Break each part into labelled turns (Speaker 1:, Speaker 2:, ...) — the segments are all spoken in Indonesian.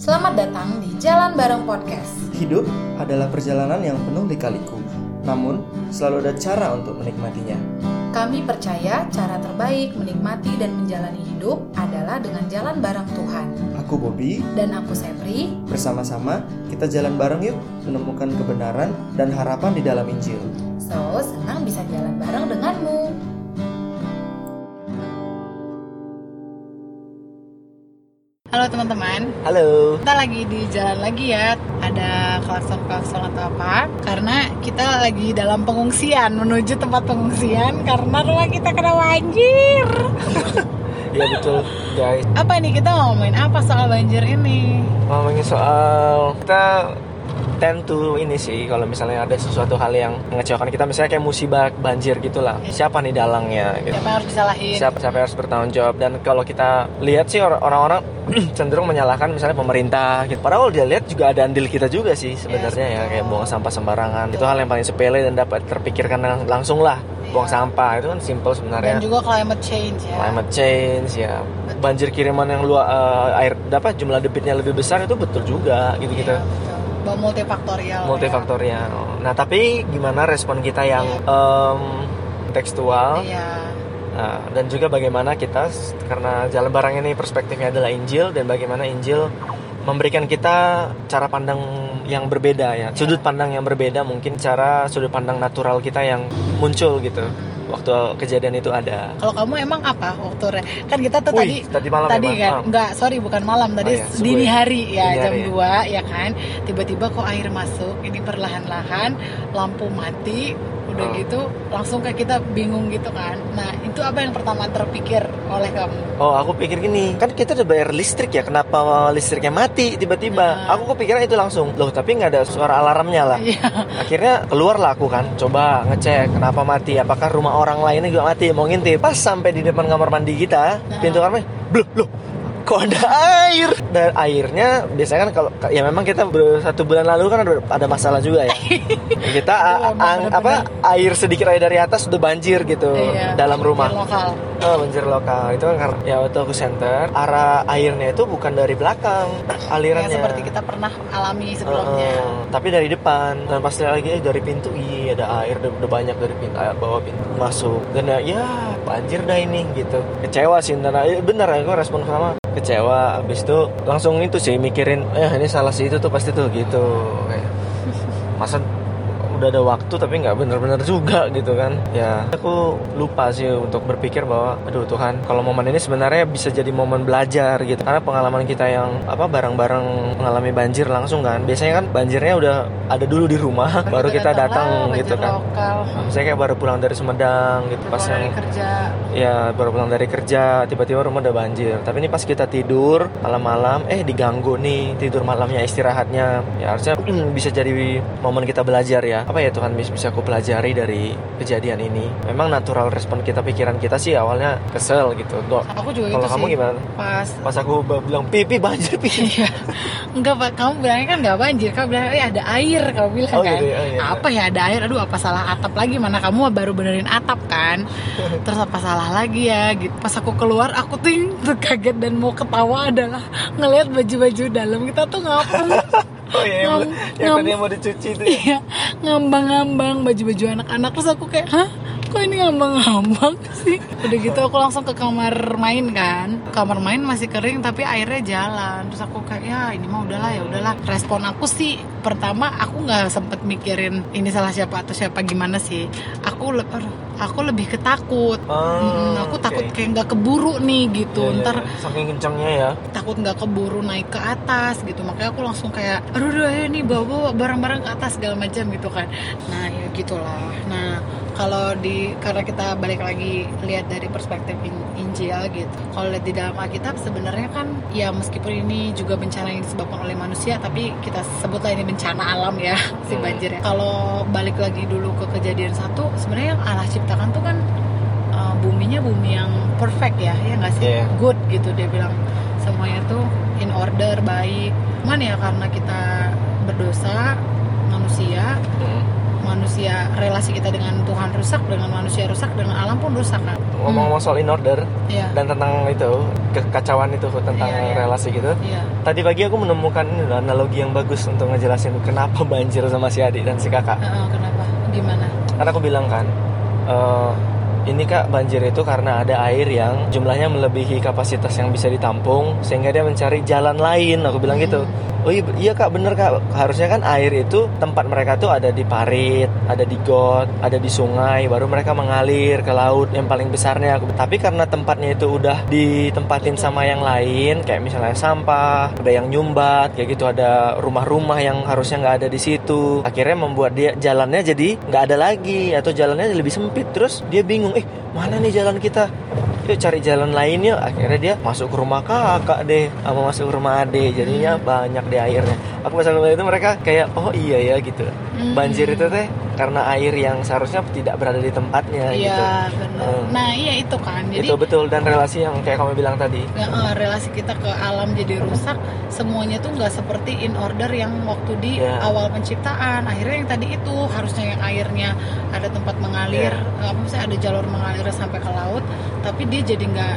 Speaker 1: Selamat datang di Jalan Bareng Podcast.
Speaker 2: Hidup adalah perjalanan yang penuh lika-liku, namun selalu ada cara untuk menikmatinya.
Speaker 1: Kami percaya cara terbaik menikmati dan menjalani hidup adalah dengan jalan bareng Tuhan.
Speaker 2: Aku Bobby
Speaker 1: Dan aku Sepri.
Speaker 2: Bersama-sama kita jalan bareng yuk menemukan kebenaran dan harapan di dalam Injil.
Speaker 1: So, senang bisa jalan bareng denganmu. Halo teman-teman.
Speaker 2: Halo.
Speaker 1: Kita lagi di jalan lagi ya. Ada klakson-klakson atau apa? Karena kita lagi dalam pengungsian, menuju tempat pengungsian karena rumah kita kena banjir.
Speaker 2: Ya betul guys.
Speaker 1: Apa nih, kita ngomongin apa soal banjir ini?
Speaker 2: Ngomongin soal kita tentu ini sih, kalau misalnya ada sesuatu hal yang mengecewakan kita, misalnya kayak musibah banjir gitulah, siapa nih dalangnya gitu.
Speaker 1: Siapa yang harus disalahin?
Speaker 2: Siapa yang harus bertanggung jawab. Dan kalau kita lihat sih orang-orang cenderung menyalahkan misalnya pemerintah gitu. Padahal dia lihat juga ada andil kita juga sih sebenarnya ya, kayak buang sampah sembarangan. Itu hal yang paling sepele dan dapat terpikirkan langsung lah. Buang sampah itu kan simple sebenarnya.
Speaker 1: Dan juga climate change ya.
Speaker 2: Climate change ya. Banjir kiriman yang air dapat jumlah debitnya lebih besar itu betul juga gitu-gitu. Multifaktorial. Nah, tapi gimana respon kita yang tekstual?
Speaker 1: Iya.
Speaker 2: Nah, dan juga bagaimana kita, karena jalan bareng ini perspektifnya adalah Injil, dan bagaimana Injil memberikan kita cara pandang yang berbeda ya, sudut pandang yang berbeda, mungkin sudut pandang natural kita yang muncul gitu waktu kejadian itu ada.
Speaker 1: Kalau kamu emang apa waktu kan kita tuh tadi
Speaker 2: malam
Speaker 1: kan bukan malam tadi, dini hari ya, jam 2 ya kan, tiba-tiba kok air masuk, ini perlahan-lahan lampu mati, udah gitu langsung kayak kita bingung gitu kan. Nah, itu apa yang pertama terpikir oleh kamu?
Speaker 2: Oh, aku pikir gini, kan kita udah bayar listrik ya, kenapa listriknya mati tiba-tiba? Aku kepikiran itu langsung, loh tapi nggak ada suara alarmnya lah. Akhirnya keluarlah aku kan, coba ngecek kenapa mati, apakah rumah orang lainnya juga mati, mau ngintip. Pas sampai di depan kamar mandi kita, pintu kamar, loh kok ada air. Dan airnya biasanya kan kalau ya memang kita 1 bulan lalu kan ada masalah juga ya. Kita air sedikit air dari atas udah banjir gitu dalam rumah. Banjir lokal. Itu kan karena ya waktu aku center, arah airnya itu bukan dari belakang alirannya.
Speaker 1: Ya, seperti kita pernah alami sebelumnya.
Speaker 2: Tapi dari depan. Dan pasti lagi dari pintu, ada air udah banyak dari pintu, bawah pintu masuk. Dan ya banjir dah ini gitu. Kecewa sih, bener aku respon pertama kecewa. Abis itu langsung itu sih mikirin, ini salah sih itu tuh pasti tuh gitu. Kayak masa udah ada waktu tapi nggak benar-benar juga gitu kan ya. Aku lupa sih untuk berpikir bahwa aduh Tuhan, kalau momen ini sebenarnya bisa jadi momen belajar gitu, karena pengalaman kita yang bareng-bareng mengalami banjir langsung kan, biasanya kan banjirnya udah ada dulu di rumah baru kita datang gitu kan lokal. Misalnya kayak baru pulang dari Sumedang gitu, pas yang baru pulang dari kerja tiba-tiba rumah udah banjir. Tapi ini pas kita tidur malam-malam diganggu nih tidur malamnya, istirahatnya ya, harusnya bisa jadi momen kita belajar ya. Apa ya Tuhan bisa aku pelajari dari kejadian ini? Memang natural respon kita, pikiran kita sih awalnya kesel gitu.
Speaker 1: Aku juga
Speaker 2: kalau
Speaker 1: gitu
Speaker 2: kamu
Speaker 1: sih.
Speaker 2: Gimana? Pas aku bilang pipi banjir pipi.
Speaker 1: Enggak Pak, kamu bilangnya kan nggak banjir, kamu bilang ada air, kamu bilang kan. Gitu, apa ya ada air? Aduh, apa salah atap lagi? Mana kamu baru benerin atap kan? Terus apa salah lagi ya? Gitu. Pas aku keluar, aku tuh kaget dan mau ketawa adalah ngelihat baju-baju dalam kita tuh ngapung. Yang tadi mau dicuci tuh. Iya, ngambang-ngambang baju-baju anak-anak. Terus aku kayak, kok ini ngambang-ngambang sih? Udah gitu aku langsung ke kamar main kan. Kamar main masih kering tapi airnya jalan. Terus aku kayak, ini mah udahlah. Respon aku sih pertama aku nggak sempet mikirin ini salah siapa atau siapa gimana sih. Aku lebih ketakut. Aku takut kayak nggak keburu nih gitu. Ntar
Speaker 2: saking kencangnya ya.
Speaker 1: Takut nggak keburu naik ke atas gitu. Makanya aku langsung kayak, aduh ayo nih bawa barang-barang ke atas segala macam gitu kan. Nah ya gitulah. Nah karena kita balik lagi lihat dari perspektif Injil gitu. Kalau lihat di dalam Alkitab sebenarnya kan ya meskipun ini juga bencana yang disebabkan oleh manusia, tapi kita sebutlah ini bencana alam ya, si banjir ya. Kalau balik lagi dulu ke kejadian 1, sebenarnya yang Allah ciptakan tuh kan buminya bumi yang perfect ya nggak sih? Good gitu, dia bilang semuanya tuh in order, baik. Cuman ya karena kita berdosa manusia, manusia, relasi kita dengan Tuhan rusak, dengan manusia rusak, dengan alam pun rusak kan.
Speaker 2: Ngomong-ngomong soal in order dan tentang itu kekacauan itu tentang relasi gitu. Tadi pagi aku menemukan analogi yang bagus untuk ngejelasin kenapa banjir sama si adik dan si kakak.
Speaker 1: Kenapa? Gimana?
Speaker 2: Karena aku bilang kan, ini kak, banjir itu karena ada air yang jumlahnya melebihi kapasitas yang bisa ditampung, sehingga dia mencari jalan lain. Aku bilang gitu. Oh iya kak, bener kak. Harusnya kan air itu tempat mereka tuh ada di parit, ada di got, ada di sungai, baru mereka mengalir ke laut yang paling besarnya. Tapi karena tempatnya itu udah ditempatin sama yang lain, kayak misalnya sampah, ada yang nyumbat, kayak gitu, ada rumah-rumah yang harusnya nggak ada di situ. Akhirnya membuat dia jalannya jadi nggak ada lagi, atau jalannya lebih sempit. Terus dia bingung, mana nih jalan kita? Yuk cari jalan lain yuk. Akhirnya dia masuk ke rumah kakak deh, sama masuk ke rumah adik. Jadinya banyak deh airnya. Aku pas ngeliat itu mereka kayak, oh iya ya gitu. Banjir itu teh karena air yang seharusnya tidak berada di tempatnya gitu.
Speaker 1: Iya benar. Nah iya itu kan. Jadi
Speaker 2: itu betul, dan relasi yang kayak kamu bilang tadi.
Speaker 1: Relasi kita ke alam jadi rusak. Semuanya tuh nggak seperti in order yang waktu di awal penciptaan. Akhirnya yang tadi itu harusnya yang airnya ada tempat mengalir, misalnya ada jalur mengalir sampai ke laut, tapi dia jadi nggak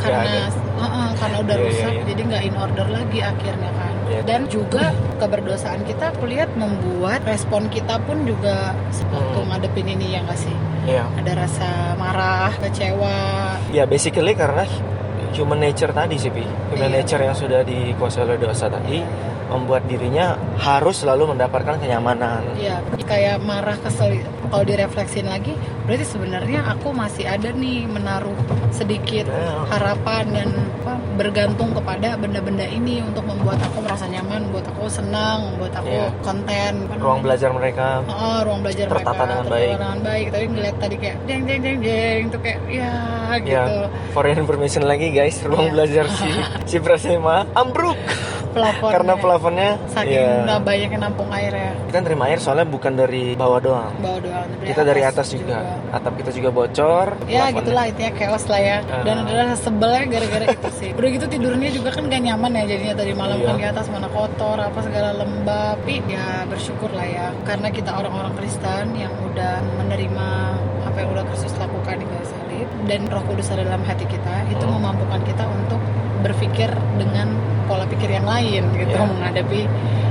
Speaker 1: karena udah rusak, jadi nggak in order lagi akhirnya kan. Dan juga keberdosaan kita aku lihat membuat respon kita pun juga waktu ngadepin ini, ya nggak sih? Ada rasa marah, kecewa.
Speaker 2: Ya basically karena human nature tadi sih, human nature yang sudah dikuasai oleh dosa tadi membuat dirinya harus selalu mendapatkan kenyamanan.
Speaker 1: Iya, kayak marah, kesel. Kalau direfleksin lagi, berarti sebenarnya aku masih ada nih menaruh sedikit harapan dan bergantung kepada benda-benda ini untuk membuat aku merasa nyaman, buat aku senang, buat aku konten.
Speaker 2: Ruang belajar mereka.
Speaker 1: Ruang belajar
Speaker 2: tertata
Speaker 1: mereka dengan baik. Tapi ngeliat tadi kayak jeng itu kayak gitu.
Speaker 2: For information lagi guys, ruang belajar si Prasema ambruk.
Speaker 1: Plafon,
Speaker 2: karena plafonnya
Speaker 1: saking banyaknya nampung air ya.
Speaker 2: Kita terima air soalnya bukan dari bawah doang. Kita dari atas juga. Atap kita juga bocor.
Speaker 1: Ya gitulah, intinya chaos lah ya. Dan ada sebelnya gara-gara itu sih. Udah gitu tidurnya juga kan gak nyaman ya jadinya tadi malam kan di atas, mana kotor apa segala lembab. Tapi ya bersyukur lah ya, karena kita orang-orang Kristen yang udah menerima apa yang udah Kristus lakukan di kayu salib, dan Roh Kudus ada dalam hati kita, itu memampukan kita untuk berpikir dengan pola pikir yang lain gitu, menghadapi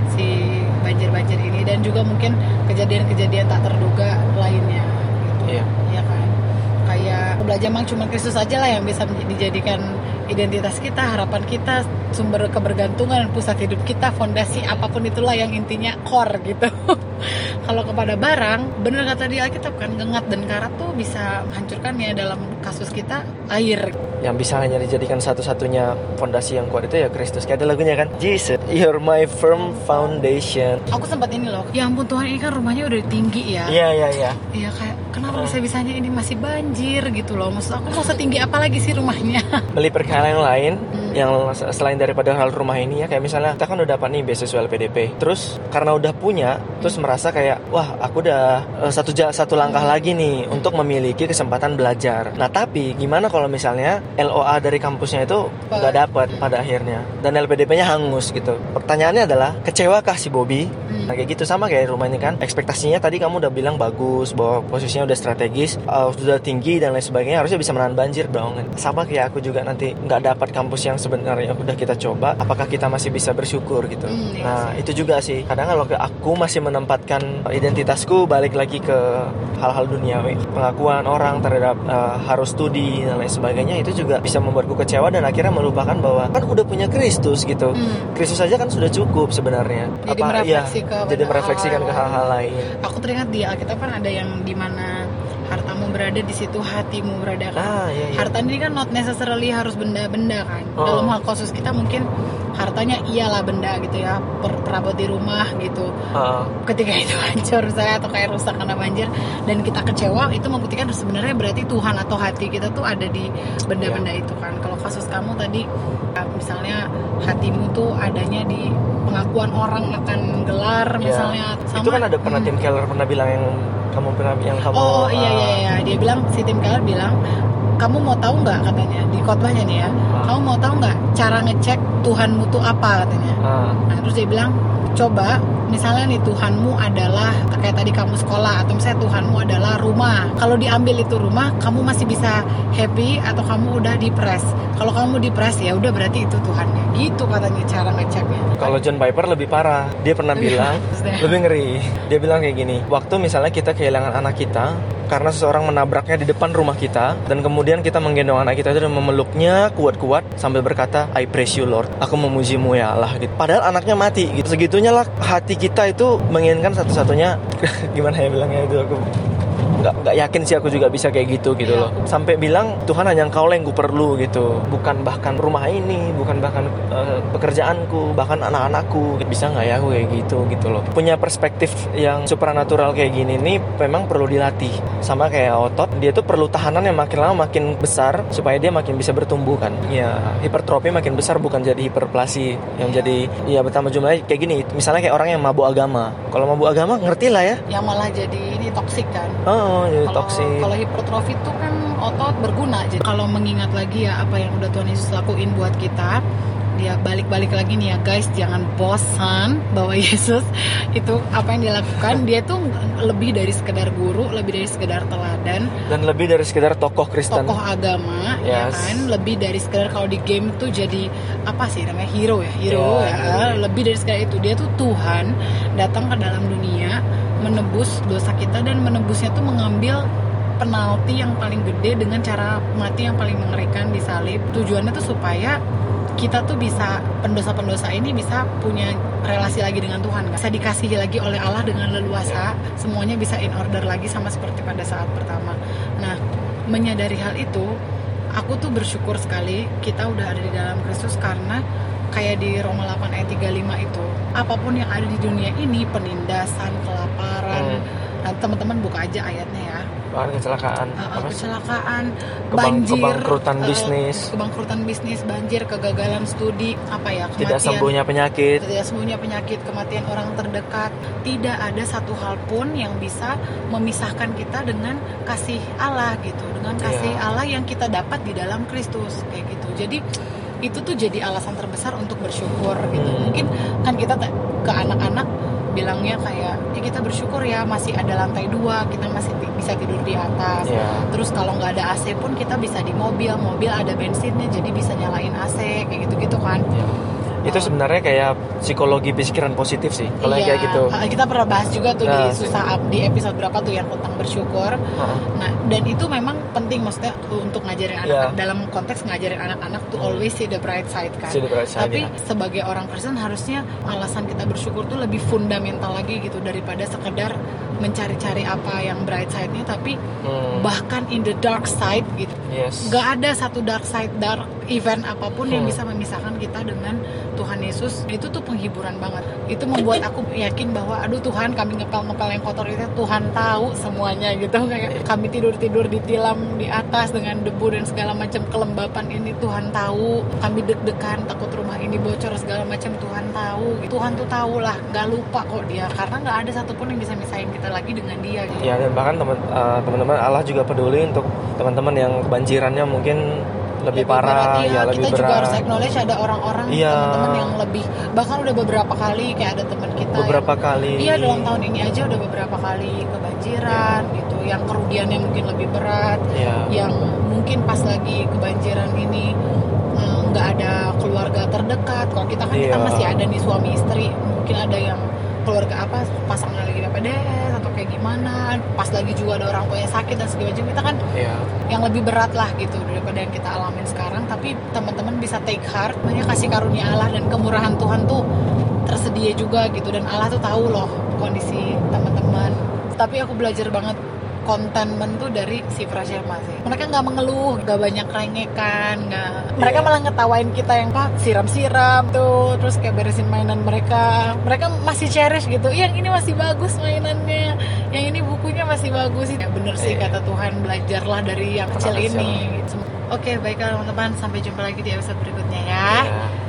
Speaker 1: si banjir-banjir ini, dan juga mungkin kejadian-kejadian tak terduga lainnya gitu. Iya kan, kayak belajar memang cuma Kristus aja lah yang bisa dijadikan identitas kita, harapan kita, sumber kebergantungan, pusat hidup kita, fondasi apapun itulah yang intinya core gitu. Kalau kepada barang, bener kata di Alkitab kan, gengat dan karat tuh bisa hancurkan ya, dalam kasus kita air.
Speaker 2: Yang bisa hanya dijadikan satu-satunya fondasi yang kuat itu ya Kristus. Kayak ada lagunya kan, Jesus, you're my firm foundation.
Speaker 1: Aku sempat ini loh, ya ampun Tuhan, ini kan rumahnya udah tinggi ya.
Speaker 2: Iya.
Speaker 1: Iya kayak kenapa bisa-bisanya ini masih banjir gitu loh. Maksud aku mau setinggi apa lagi sih rumahnya? Melihat
Speaker 2: hal yang lain yang selain daripada hal rumah ini ya, kayak misalnya kita kan udah dapat nih beasiswa LPDP, terus karena udah punya, terus merasa kayak wah aku udah satu langkah lagi nih untuk memiliki kesempatan belajar. Nah tapi gimana kalau misalnya LOA dari kampusnya itu nggak dapat pada akhirnya dan LPDP-nya hangus gitu? Pertanyaannya adalah, kecewakah si Bobby? Nah, kayak gitu sama kayak rumah ini kan, ekspektasinya tadi kamu udah bilang bagus, bahwa posisinya udah strategis, sudah tinggi dan lain sebagainya, harusnya bisa menahan banjir dong. Sama kayak aku juga nanti nggak dapat kampus yang sebenarnya udah kita coba, apakah kita masih bisa bersyukur gitu? Nah itu juga sih, kadang kalau aku masih menempatkan identitasku balik lagi ke hal-hal duniawi, pengakuan orang terhadap harus studi dan lain sebagainya, itu juga bisa membuatku kecewa dan akhirnya melupakan bahwa kan udah punya Kristus gitu. Kristus saja kan sudah cukup sebenarnya. Jadi merefleksikan ke hal-hal lain.
Speaker 1: Aku teringat di Alkitab kan ada yang dimana hartamu berada di situ hatimu berada kan. Harta ini kan not necessarily harus benda-benda kan. Dalam hal khusus kita mungkin hartanya iyalah benda gitu ya, perabot di rumah gitu. Ketika itu hancur saya atau kayak rusak karena banjir dan kita kecewa, itu membuktikan sebenarnya berarti Tuhan atau hati kita tuh ada di benda-benda itu kan. Kalau kasus kamu tadi misalnya hatimu tuh adanya di pengakuan orang akan gelar misalnya.
Speaker 2: Sama, itu kan ada pernah Tim Keller pernah bilang yang kamu
Speaker 1: dia bilang, si Tim Keller bilang, kamu mau tahu nggak, katanya di khotbahnya nih ya, kamu mau tahu nggak cara ngecek Tuhanmu tuh apa, katanya. Nah terus dia bilang, coba misalnya nih Tuhanmu adalah kayak tadi kamu sekolah, atau misalnya Tuhanmu adalah rumah. Kalau diambil itu rumah, kamu masih bisa happy atau kamu udah depres. Kalau kamu depres ya udah berarti itu Tuhannya. Gitu katanya cara ngeceknya.
Speaker 2: Kalau John Piper lebih parah. Dia pernah bilang lebih ngeri. Dia bilang kayak gini, waktu misalnya kita kehilangan anak kita karena seseorang menabraknya di depan rumah kita, dan kemudian kita menggendong anak kita itu dan memeluknya kuat-kuat sambil berkata, I praise you Lord, aku memujimu ya Allah, gitu. Padahal anaknya mati gitu. Segitunya lah hati kita itu menginginkan satu-satunya gimana ya bilangnya itu, aku nggak yakin sih aku juga bisa kayak gitu loh. Sampai bilang Tuhan hanya Engkau yang ku perlu gitu, bukan bahkan rumah ini, bukan bahkan pekerjaanku, bahkan anak-anakku. Bisa nggak ya aku kayak gitu loh. Punya perspektif yang supranatural kayak gini nih memang perlu dilatih. Sama kayak otot, dia tuh perlu tahanan yang makin lama makin besar supaya dia makin bisa bertumbuh kan. Ya hipertrofi makin besar, bukan jadi hiperplasi yang jadi ya bertambah jumlahnya kayak gini. Misalnya kayak orang yang mabuk agama. Kalau mabuk agama ngerti lah ya.
Speaker 1: Yang malah jadi ini toksik kan.
Speaker 2: Jadi toksik.
Speaker 1: Kalau hipertrofi itu kan otot berguna. Jadi kalau mengingat lagi ya apa yang udah Tuhan Yesus lakuin buat kita, dia balik-balik lagi nih ya guys, jangan bosan bahwa Yesus itu apa yang dia lakukan. Dia tuh lebih dari sekedar guru, lebih dari sekedar teladan, dan
Speaker 2: lebih dari sekedar tokoh Kristen,
Speaker 1: tokoh agama. Ya kan, lebih dari sekedar kalau di game tuh jadi apa sih namanya, hero ya. Lebih dari sekedar itu, dia tuh Tuhan datang ke dalam dunia menebus dosa kita, dan menebusnya tuh mengambil penalti yang paling gede dengan cara mati yang paling mengerikan di salib. Tujuannya tuh supaya kita tuh bisa, pendosa-pendosa ini bisa punya relasi lagi dengan Tuhan kan? Bisa dikasihi lagi oleh Allah dengan leluasa, semuanya bisa in order lagi sama seperti pada saat pertama. Nah, menyadari hal itu, aku tuh bersyukur sekali kita udah ada di dalam Kristus, karena kayak di Roma 8 ayat 35 itu, apapun yang ada di dunia ini, penindasan, kelaparan, nah teman-teman buka aja ayatnya ya.
Speaker 2: Kecelakaan,
Speaker 1: banjir,
Speaker 2: kebangkrutan
Speaker 1: bisnis, banjir, kegagalan studi, kematian,
Speaker 2: tidak sembuhnya
Speaker 1: penyakit, kematian orang terdekat. Tidak ada satu hal pun yang bisa memisahkan kita dengan kasih Allah gitu, dengan kasih Allah yang kita dapat di dalam Kristus kayak gitu. Jadi itu tuh jadi alasan terbesar untuk bersyukur gitu. Mungkin kan kita ke anak-anak bilangnya kayak kita bersyukur ya masih ada lantai 2, kita masih bisa tidur di atas. Terus kalau nggak ada AC pun kita bisa di mobil ada bensinnya, jadi bisa nyalain AC kayak gitu kan.
Speaker 2: Itu sebenarnya kayak psikologi pikiran positif sih kalau kayak gitu.
Speaker 1: Kita pernah bahas juga tuh di episode berapa tuh yang tentang bersyukur. Nah, dan itu memang penting, maksudnya untuk ngajarin anak, dalam konteks ngajarin anak-anak to always see the bright side kan. Tapi sebagai orang Kristen harusnya alasan kita bersyukur tuh lebih fundamental lagi gitu, daripada sekedar mencari-cari apa yang bright side-nya, tapi bahkan in the dark side gitu. Gak ada satu dark event apapun yang bisa memisahkan kita dengan Tuhan Yesus. Itu tuh penghiburan banget. Itu membuat aku yakin bahwa aduh Tuhan, kami ngepel-ngepel yang kotor itu Tuhan tahu semuanya gitu. Kayak kami tidur-tidur ditilam di atas dengan debu dan segala macam kelembapan ini, Tuhan tahu. Kami deg-degan takut rumah ini bocor segala macam, Tuhan tahu. Tuhan tuh tahu lah, gak lupa kok dia, karena gak ada satupun yang bisa misahin kita lagi dengan dia gitu.
Speaker 2: Ya, dan bahkan teman-teman Allah juga peduli untuk teman-teman yang kebanjirannya mungkin lebih parah, lebih
Speaker 1: kita
Speaker 2: berat.
Speaker 1: Juga harus acknowledge ada orang-orang, teman-teman yang lebih, bahkan udah beberapa kali kayak ada teman kita dalam tahun ini aja udah beberapa kali kebanjiran gitu, yang kerugiannya mungkin lebih berat, yang mungkin pas lagi kebanjiran ini nggak ada keluarga terdekat. Kalau kita kan kita masih ada nih suami istri, mungkin ada yang keluarga pasangan lagi PDS atau kayak gimana, pas lagi juga ada orang tua yang sakit dan segala macam. Kita kan yang lebih berat lah gitu daripada yang kita alamin sekarang. Tapi teman-teman bisa take heart, banyak kasih karunia Allah dan kemurahan Tuhan tuh tersedia juga gitu, dan Allah tuh tahu loh kondisi teman-teman. Tapi aku belajar banget contentment tuh dari si Prashema sih. Mereka nggak mengeluh, nggak banyak rengekan, mereka malah ngetawain kita yang siram-siram tuh, terus kayak beresin mainan mereka masih cherish gitu. Yang ini masih bagus mainannya, yang ini bukunya masih bagus. Ya bener sih kata Tuhan, belajarlah dari yang kecil ini. Oke, baiklah teman-teman, sampai jumpa lagi di episode berikutnya ya.